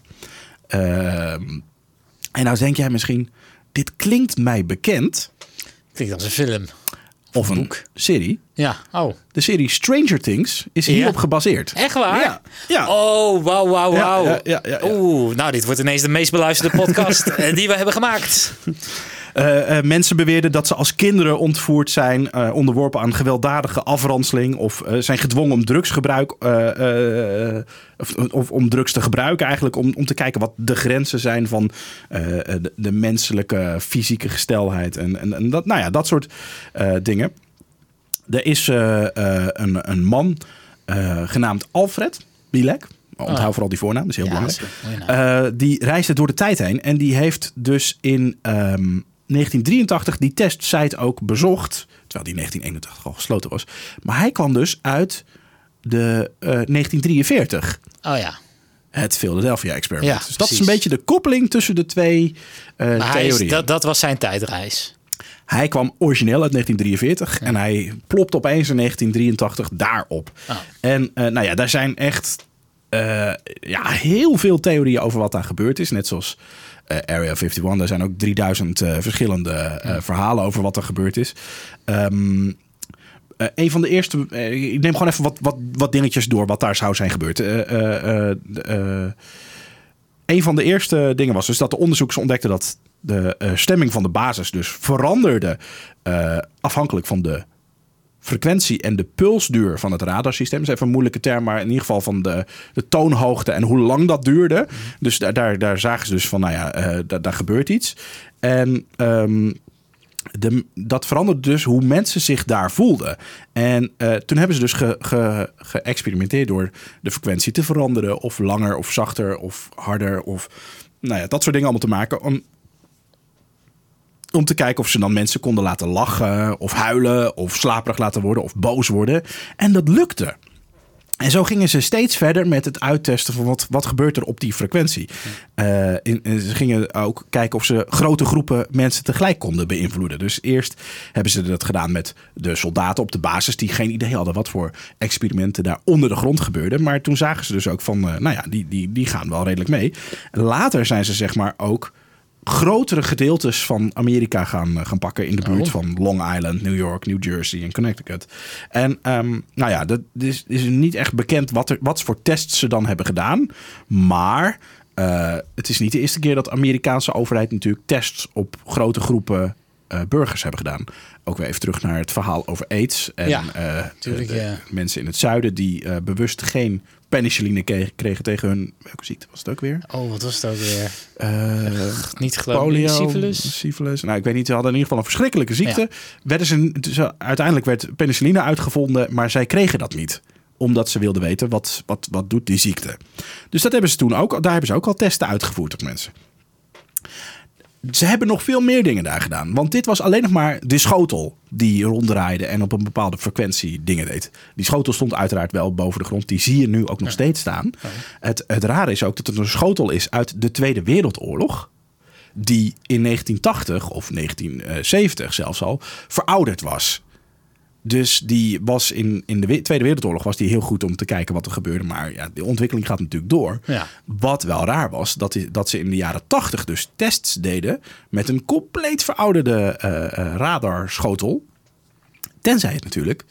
En nou denk jij misschien, dit klinkt mij bekend. Klinkt als een film. Of een boek. Serie. Ja, De serie Stranger Things is hierop gebaseerd. Echt waar? Ja. Oh, wauw. Ja. Oeh, nou, dit wordt ineens de meest beluisterde podcast die we hebben gemaakt. Mensen beweerden dat ze als kinderen ontvoerd zijn, onderworpen aan gewelddadige afranseling of zijn gedwongen om drugsgebruik of om drugs te gebruiken eigenlijk om te kijken wat de grenzen zijn van de menselijke fysieke gesteldheid en dat soort dingen. Er is een man genaamd Alfred Bilek. Onthoud vooral die voornaam, dat is heel belangrijk. Die reisde door de tijd heen en die heeft dus in 1983 die testsite ook bezocht, terwijl die in 1981 al gesloten was. Maar hij kwam dus uit de 1943. Oh ja. Het Philadelphia-experiment. Ja, dus dat precies. is een beetje de koppeling tussen de twee Maar theorieën. dat was zijn tijdreis. Hij kwam origineel uit 1943 en hij plopt opeens in 1983 daarop. Oh. En daar zijn echt heel veel theorieën over wat daar gebeurd is. Net zoals Area 51. Daar zijn ook 3000 verschillende verhalen over wat er gebeurd is. Een van de eerste... ik neem gewoon even wat dingetjes door wat daar zou zijn gebeurd. Een van de eerste dingen was dus dat de onderzoekers ontdekten dat de stemming van de basis dus veranderde afhankelijk van de frequentie en de pulsduur van het radarsysteem. Dat is even een moeilijke term, maar in ieder geval van de toonhoogte en hoe lang dat duurde. Dus daar zagen ze dus van, daar gebeurt iets. En dat veranderde dus hoe mensen zich daar voelden. En toen hebben ze dus geëxperimenteerd door de frequentie te veranderen. Of langer, of zachter, of harder. Of dat soort dingen allemaal te maken. Om te kijken of ze dan mensen konden laten lachen, of huilen, of slaperig laten worden, of boos worden. En dat lukte. En zo gingen ze steeds verder met het uittesten van wat gebeurt er op die frequentie. Ze gingen ook kijken of ze grote groepen mensen tegelijk konden beïnvloeden. Dus eerst hebben ze dat gedaan met de soldaten op de basis die geen idee hadden wat voor experimenten daar onder de grond gebeurden. Maar toen zagen ze dus ook van, die gaan wel redelijk mee. Later zijn ze zeg maar ook grotere gedeeltes van Amerika gaan pakken in de buurt van Long Island, New York, New Jersey en Connecticut. En dat is niet echt bekend wat voor tests ze dan hebben gedaan. Maar het is niet de eerste keer dat de Amerikaanse overheid natuurlijk tests op grote groepen burgers hebben gedaan. Ook weer even terug naar het verhaal over AIDS. En mensen in het zuiden die bewust geen penicilline kregen tegen hun... Welke ziekte was het ook weer? Oh, wat was het ook weer? Niet geloof polio, syphilis. Nou, ik weet niet. Ze hadden in ieder geval een verschrikkelijke ziekte. Ja. Uiteindelijk werd penicilline uitgevonden, maar zij kregen dat niet. Omdat ze wilden weten wat doet die ziekte. Dus dat hebben ze toen ook. Daar hebben ze ook al testen uitgevoerd op mensen. Ze hebben nog veel meer dingen daar gedaan. Want dit was alleen nog maar de schotel die ronddraaide en op een bepaalde frequentie dingen deed. Die schotel stond uiteraard wel boven de grond. Die zie je nu ook nog steeds staan. Het rare is ook dat het een schotel is uit de Tweede Wereldoorlog. Die in 1980 of 1970 zelfs al verouderd was. Dus die was in de Tweede Wereldoorlog was die heel goed om te kijken wat er gebeurde. Maar ja, de ontwikkeling gaat natuurlijk door. Ja. Wat wel raar was, dat ze in de jaren 80 dus tests deden met een compleet verouderde radarschotel. Tenzij het natuurlijk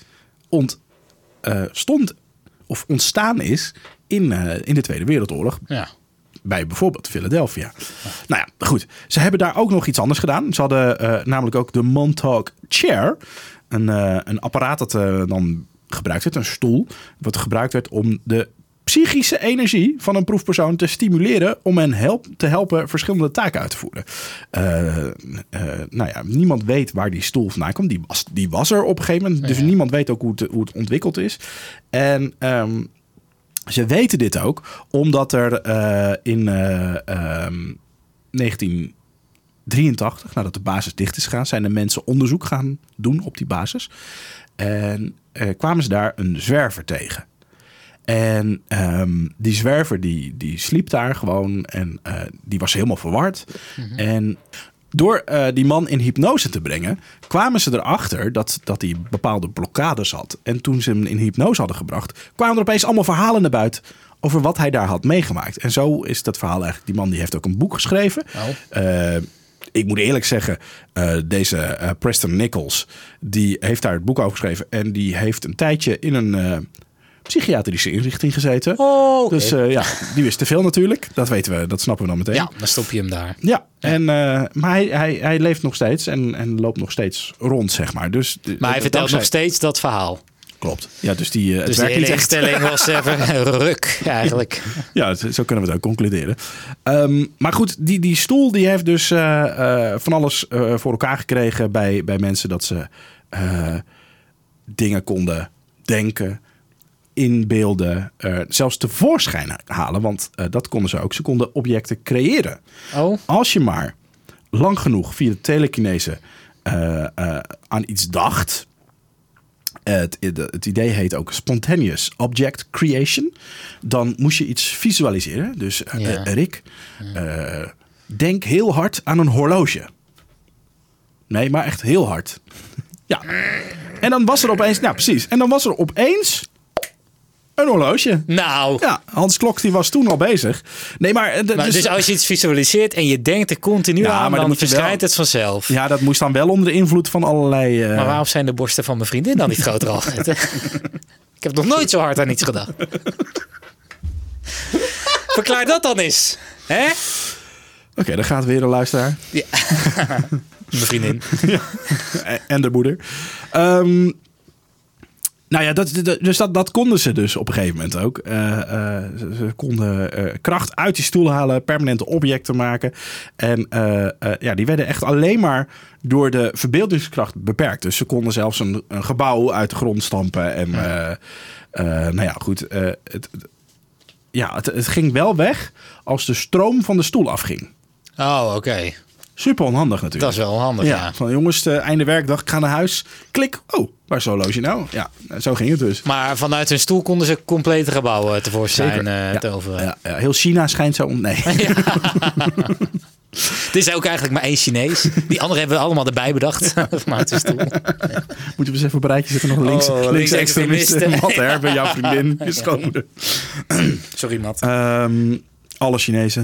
ontstaan is in de Tweede Wereldoorlog. Ja. Bij bijvoorbeeld Philadelphia. Nou ja, goed. Ze hebben daar ook nog iets anders gedaan. Ze hadden namelijk ook de Montauk Chair. Een apparaat dat dan gebruikt werd, een stoel. Wat gebruikt werd om de psychische energie van een proefpersoon te stimuleren om hen te helpen verschillende taken uit te voeren. Niemand weet waar die stoel vandaan komt. Die was er op een gegeven moment. Dus niemand weet ook hoe het ontwikkeld is. En ze weten dit ook omdat er in 1983, nadat de basis dicht is gegaan, zijn de mensen onderzoek gaan doen op die basis. En kwamen ze daar een zwerver tegen. En die zwerver die sliep daar gewoon en die was helemaal verward. Mm-hmm. En door die man in hypnose te brengen, kwamen ze erachter dat hij bepaalde blokkades had. En toen ze hem in hypnose hadden gebracht, kwamen er opeens allemaal verhalen naar buiten over wat hij daar had meegemaakt. En zo is dat verhaal eigenlijk, die man die heeft ook een boek geschreven. Oh. Ik moet eerlijk zeggen, deze Preston Nichols, die heeft daar het boek over geschreven. En die heeft een tijdje in een psychiatrische inrichting gezeten. Oh, okay. Dus die wist te veel natuurlijk. Dat weten we, dat snappen we dan meteen. Ja, dan stop je hem daar. Ja, maar hij leeft nog steeds en loopt nog steeds rond, zeg maar. Dus, maar hij vertelt nog steeds dat verhaal. Klopt. Ja, dus die hele instelling was even ruk eigenlijk. Ja, zo kunnen we het ook concluderen. Maar goed, die stoel die heeft dus van alles voor elkaar gekregen bij mensen dat ze dingen konden denken, inbeelden, zelfs tevoorschijn halen. Want dat konden ze ook. Ze konden objecten creëren. Oh. Als je maar lang genoeg via de telekinese aan iets dacht, Het idee heet ook spontaneous object creation. Dan moest je iets visualiseren. Dus Rick, denk heel hard aan een horloge. Nee, maar echt heel hard. Ja. En dan was er opeens... Nou, precies. En dan was er opeens... een horloge. Nou. Ja, Hans Klok die was toen al bezig. Nee, maar dus als je iets visualiseert en je denkt er continu aan, dan verschijnt het vanzelf. Ja, dat moest dan wel onder de invloed van allerlei... Maar waarom zijn de borsten van mijn vriendin dan niet groter altijd? Ik heb nog nooit zo hard aan iets gedacht. Verklaar dat dan eens. Hè? Oké, dan gaat weer een luisteraar. Ja. Mijn vriendin. Ja. En de moeder. Nou ja, dat konden ze dus op een gegeven moment ook. Ze konden kracht uit die stoel halen, permanente objecten maken. En die werden echt alleen maar door de verbeeldingskracht beperkt. Dus ze konden zelfs een gebouw uit de grond stampen. En het ging wel weg als de stroom van de stoel afging. Oh, oké. Super onhandig natuurlijk. Dat is wel handig, ja. Van jongens, einde werkdag, ik ga naar huis. Klik. Oh, waar is zo'n horloge nou? Ja, zo ging het dus. Maar vanuit hun stoel konden ze complete gebouwen tevoorschijn toveren. Ja, heel China schijnt zo... Nee. Ja. Het is ook eigenlijk maar één Chinees. Die andere hebben we allemaal erbij bedacht. Vanuit de stoel. Ja. Moeten we eens even op een rijtje zetten. Nog links extremisten. Matt Herben, jouw vriendin, je schoonmoeder. Sorry, Matt. Alle Chinezen.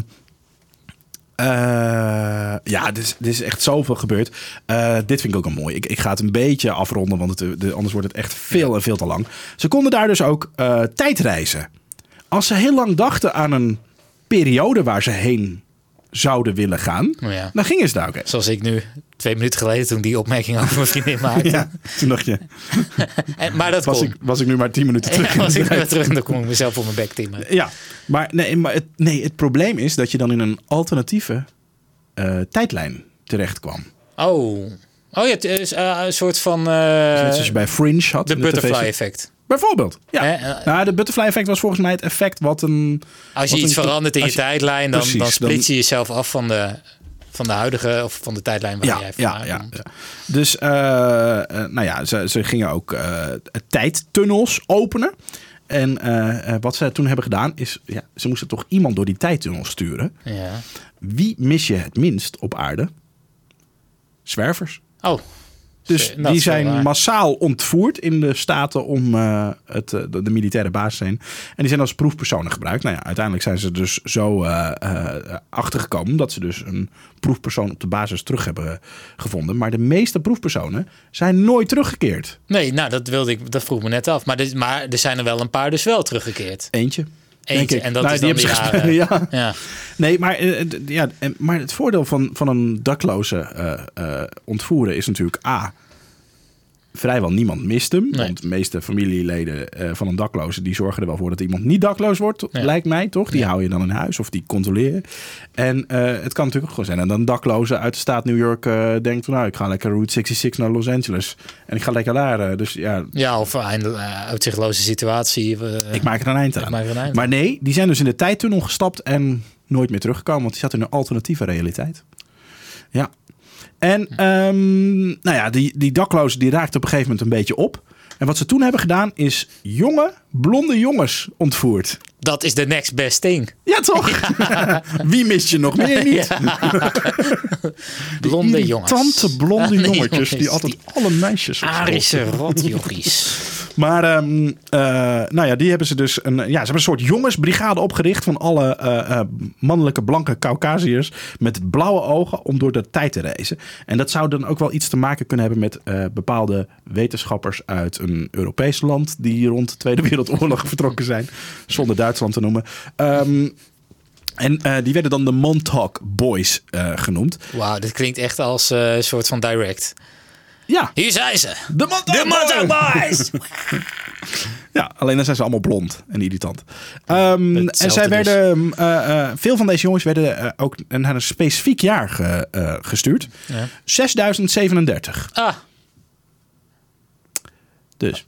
Dit is echt zoveel gebeurd. Dit vind ik ook al mooi. Ik ga het een beetje afronden, want anders wordt het echt veel en veel te lang. Ze konden daar dus ook tijdreizen. Als ze heel lang dachten aan een periode waar ze heen zouden willen gaan, dan gingen ze daar ook. Zoals ik nu 2 minuten geleden toen die opmerking over mijn vriendin maakte. Ja, toen dacht je. Maar dat was ik nu maar 10 minuten terug. Was ik nu terug en dan kon ik mezelf op mijn bek timmen. Ja, maar het probleem is dat je dan in een alternatieve tijdlijn terecht kwam. Oh ja, een soort van... Zoals je bij Fringe had. De butterfly effect. Bijvoorbeeld, ja. De butterfly effect was volgens mij het effect wat een... Als je iets verandert in je tijdlijn, dan split je jezelf af van de huidige of van de tijdlijn waar jij vandaan komt. Ja. Dus ze gingen ook tijdtunnels openen. En wat ze toen hebben gedaan is, ze moesten toch iemand door die tijdtunnel sturen. Ja. Wie mis je het minst op aarde? Zwervers. Oh. Dus die zijn massaal ontvoerd in de Staten om de militaire basis heen. En die zijn als proefpersonen gebruikt. Nou ja, uiteindelijk zijn ze dus zo achtergekomen dat ze dus een proefpersoon op de basis terug hebben gevonden. Maar de meeste proefpersonen zijn nooit teruggekeerd. Nee, nou dat vroeg me net af. Maar er zijn er wel een paar dus wel teruggekeerd. Eentje. En dat is dan die rare... Ja. Nee, maar het voordeel van een dakloze ontvoeren is natuurlijk vrijwel niemand mist hem. Nee. Want de meeste familieleden van een dakloze die zorgen er wel voor dat iemand niet dakloos wordt. Ja. Lijkt mij toch? Die hou je dan in huis of die controleren. En het kan natuurlijk ook gewoon zijn. En dan een dakloze uit de staat New York denkt van ik ga lekker Route 66 naar Los Angeles. En ik ga lekker daar. Ja, of een uitzichtloze situatie. Ik maak er een eind aan. Maar nee, die zijn dus in de tijdtunnel gestapt en nooit meer teruggekomen. Want die zat in een alternatieve realiteit. Ja. En die daklozen die raakten op een gegeven moment een beetje op. En wat ze toen hebben gedaan is jonge, blonde jongens ontvoerd. Dat is de next best thing. Ja, toch? Ja. Wie mist je nog meer niet? Ja. Blonde jongens. Tante blonde jongetjes die altijd alle meisjes... Arische rotjochies. Maar die hebben ze dus ze hebben een soort jongensbrigade opgericht van alle mannelijke blanke Caucasiërs met blauwe ogen om door de tijd te reizen. En dat zou dan ook wel iets te maken kunnen hebben met bepaalde wetenschappers uit een Europees land die rond de Tweede Wereldoorlog vertrokken zijn, zonder Duitsland te noemen. Die werden dan de Montauk Boys genoemd. Wauw, dit klinkt echt als een soort van direct. Ja. Hier zijn ze. De Montauk Boys. Ja, alleen dan zijn ze allemaal blond en irritant. En zij werden... veel van deze jongens werden ook naar een specifiek jaar gestuurd. Ja. 6037. Dus...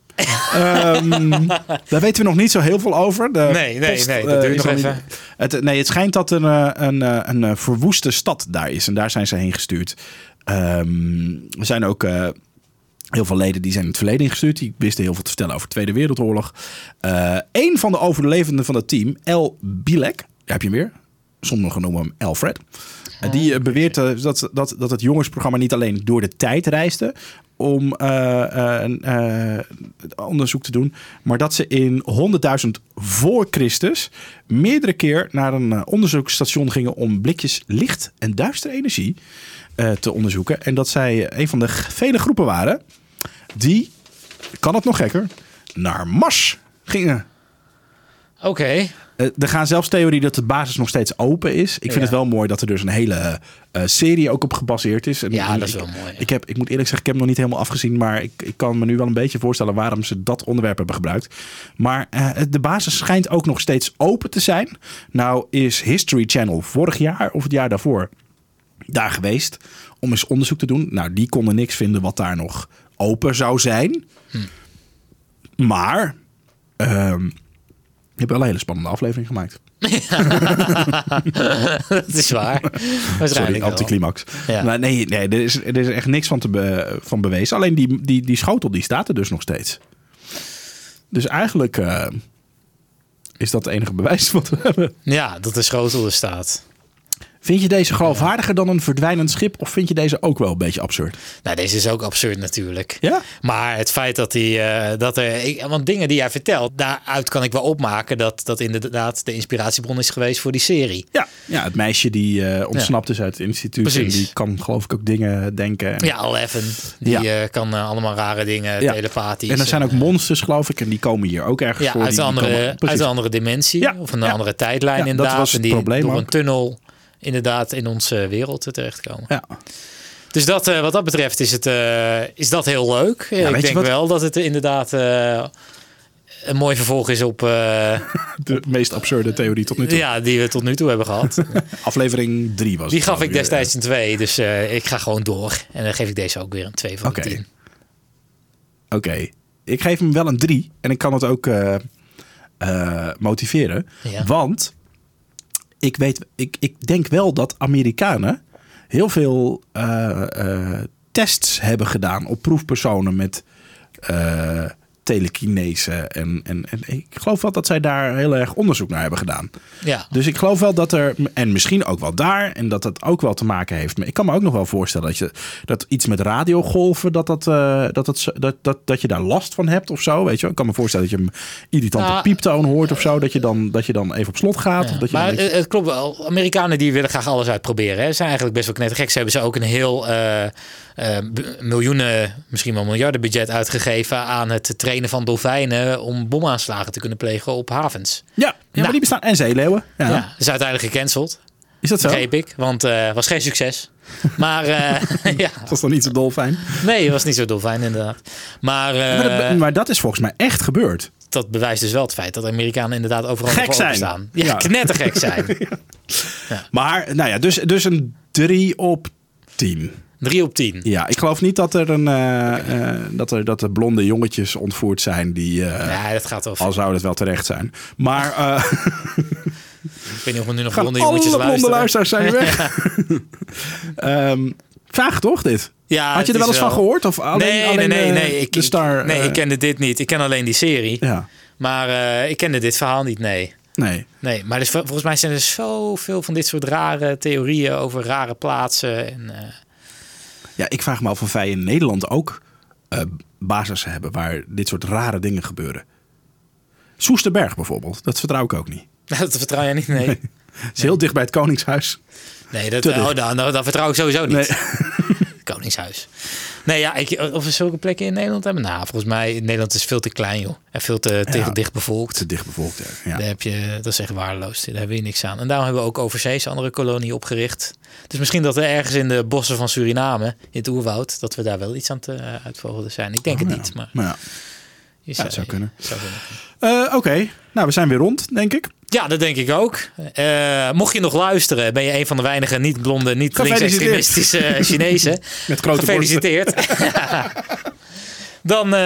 daar weten we nog niet zo heel veel over. Nee, dat duurt nog even. Het schijnt dat er een verwoeste stad daar is. En daar zijn ze heen gestuurd. Er zijn ook Heel veel leden die zijn in het verleden ingestuurd. Die wisten heel veel te vertellen over de Tweede Wereldoorlog. Een van de overlevenden van het team, El Bilek. Daar heb je hem weer. Sommigen noemen hem Alfred. Die beweert dat het jongensprogramma niet alleen door de tijd reisde om onderzoek te doen, maar dat ze in 100.000 voor Christus meerdere keer naar een onderzoeksstation gingen om blikjes licht en duistere energie te onderzoeken. En dat zij een van de vele groepen waren die, kan het nog gekker, naar Mars gingen. Oké. Er gaan zelfs theorieën dat de basis nog steeds open is. Ik vind het wel mooi dat er dus een hele serie ook op gebaseerd is. En ja, dat is wel mooi. Ik moet eerlijk zeggen, ik heb hem nog niet helemaal afgezien. Maar ik kan me nu wel een beetje voorstellen waarom ze dat onderwerp hebben gebruikt. Maar de basis schijnt ook nog steeds open te zijn. Nou is History Channel vorig jaar of het jaar daarvoor daar geweest om eens onderzoek te doen. Nou, die konden niks vinden wat daar nog open zou zijn. Maar je hebt wel een hele spannende aflevering gemaakt. Dat is waar. Sorry, anticlimax. Ja. Maar nee, er is echt niks van bewezen. Alleen die schotel die staat er dus nog steeds. Dus eigenlijk is dat het enige bewijs wat we hebben. Ja, dat de schotel er staat. Vind je deze geloofwaardiger dan een verdwijnend schip? Of vind je deze ook wel een beetje absurd? Nou, deze is ook absurd natuurlijk. Ja? Maar het feit want dingen die jij vertelt, daaruit kan ik wel opmaken dat inderdaad de inspiratiebron is geweest voor die serie. Ja, het meisje die ontsnapt is uit het instituut. Precies. En die kan geloof ik ook dingen denken. Ja, Eleven. Die kan allemaal rare dingen, telepathisch. En er zijn ook monsters geloof ik. En die komen hier ook ergens voor. Uit een andere dimensie. Of een andere tijdlijn inderdaad. Dat was het probleem door ook. een tunnel inderdaad in onze wereld terechtkomen. Ja. Dus wat dat betreft is dat heel leuk. Ja, ik denk wel dat het inderdaad een mooi vervolg is op de meest absurde theorie tot nu toe. Ja, die we tot nu toe hebben gehad. Aflevering 3 was die gaf ik destijds een 2. Dus ik ga gewoon door. En dan geef ik deze ook weer een 2 van de 10. Oké. Ik geef hem wel een 3. En ik kan het ook motiveren. Ja. Want ik denk wel dat Amerikanen heel veel tests hebben gedaan op proefpersonen met telekinese. En ik geloof wel dat zij daar heel erg onderzoek naar hebben gedaan. Ja. Dus ik geloof wel dat er, en misschien ook wel daar, en dat het ook wel te maken heeft. Maar ik kan me ook nog wel voorstellen dat iets met radiogolven, dat je daar last van hebt of zo. Weet je? Ik kan me voorstellen dat je een irritante pieptoon hoort of zo. Dat je dan even op slot gaat. Ja. Of dat je maar het klopt wel. Amerikanen die willen graag alles uitproberen. Hè. Ze zijn eigenlijk best wel knettergek. Ze hebben ze ook een heel miljoenen, misschien wel miljarden budget uitgegeven aan het trainen van dolfijnen om bomaanslagen te kunnen plegen op havens. Ja, maar die bestaan. En zeeleeuwen. Ja, is uiteindelijk gecanceld. Is dat zo? Begreep ik, want was geen succes. Maar ja. Dat was dan niet zo dolfijn? Nee, het was niet zo dolfijn inderdaad. Maar dat is volgens mij echt gebeurd. Dat bewijst dus wel het feit dat de Amerikanen inderdaad overal gek zijn. Staan. Ja, knettergek zijn. Ja. Maar, nou ja, dus een 3 op 10. 3 op 10. Ja, ik geloof niet dat er dat er blonde jongetjes ontvoerd zijn die. Ja, dat gaat over. Al zou het wel terecht zijn. Maar. Ik weet niet of we nu nog blonde jongetjes luisteren. Alle blonde luisteraars zijn weg. Vraag toch dit? Ja, had je er wel eens van gehoord? Of alleen nee. De Star? Nee, ik kende dit niet. Ik ken alleen die serie. Ja. Maar ik kende dit verhaal niet, nee. Nee, maar dus, volgens mij zijn er zoveel van dit soort rare theorieën over rare plaatsen. En, ja, ik vraag me af of wij in Nederland ook basissen hebben waar dit soort rare dingen gebeuren. Soesterberg bijvoorbeeld, dat vertrouw ik ook niet. Dat vertrouw jij niet, nee. Het is heel dicht bij het Koningshuis. Nee, dat vertrouw ik sowieso niet. Nee. Koningshuis. Nee, ja, of we zulke plekken in Nederland hebben? Nou, volgens mij, Nederland is veel te klein, joh. En veel te dicht bevolkt. Te dicht bevolkt, ja. Daar dat is echt waardeloos. Daar hebben we niks aan. En daarom hebben we ook overzees andere koloniën opgericht. Dus misschien dat er ergens in de bossen van Suriname, in het oerwoud, dat we daar wel iets aan te uitvogelen zijn. Ik denk het niet, maar... dat zou kunnen. Oké, nou, we zijn weer rond, denk ik. Ja, dat denk ik ook. Mocht je nog luisteren, ben je een van de weinige niet-blonde, niet linksextremistische Chinezen. Met grote gefeliciteerd.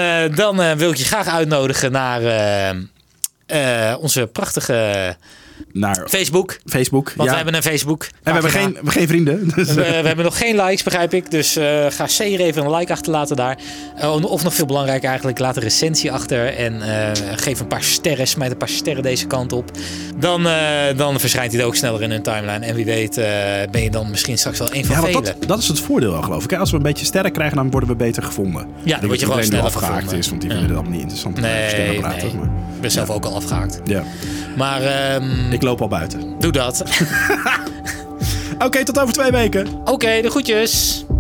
Dan wil ik je graag uitnodigen naar onze prachtige naar Facebook. Want we hebben een Facebook. En we hebben geen vrienden. Dus. We hebben nog geen likes, begrijp ik. Dus ga zeker even een like achterlaten daar. Of nog veel belangrijker eigenlijk, laat een recensie achter. En geef een paar sterren. Smijt een paar sterren deze kant op. Dan verschijnt hij ook sneller in hun timeline. En wie weet ben je dan misschien straks wel een van velen. Dat is het voordeel, geloof ik. Als we een beetje sterren krijgen, dan worden we beter gevonden. Ja, dan word je gewoon sneller afgehaakt gevonden. Is, want die vinden het allemaal niet interessant. Nee. Ik ben zelf ook al afgehaakt. Ja. Maar ik loop al buiten. Doe dat. Oké, tot over 2 weken. Oké, de groetjes.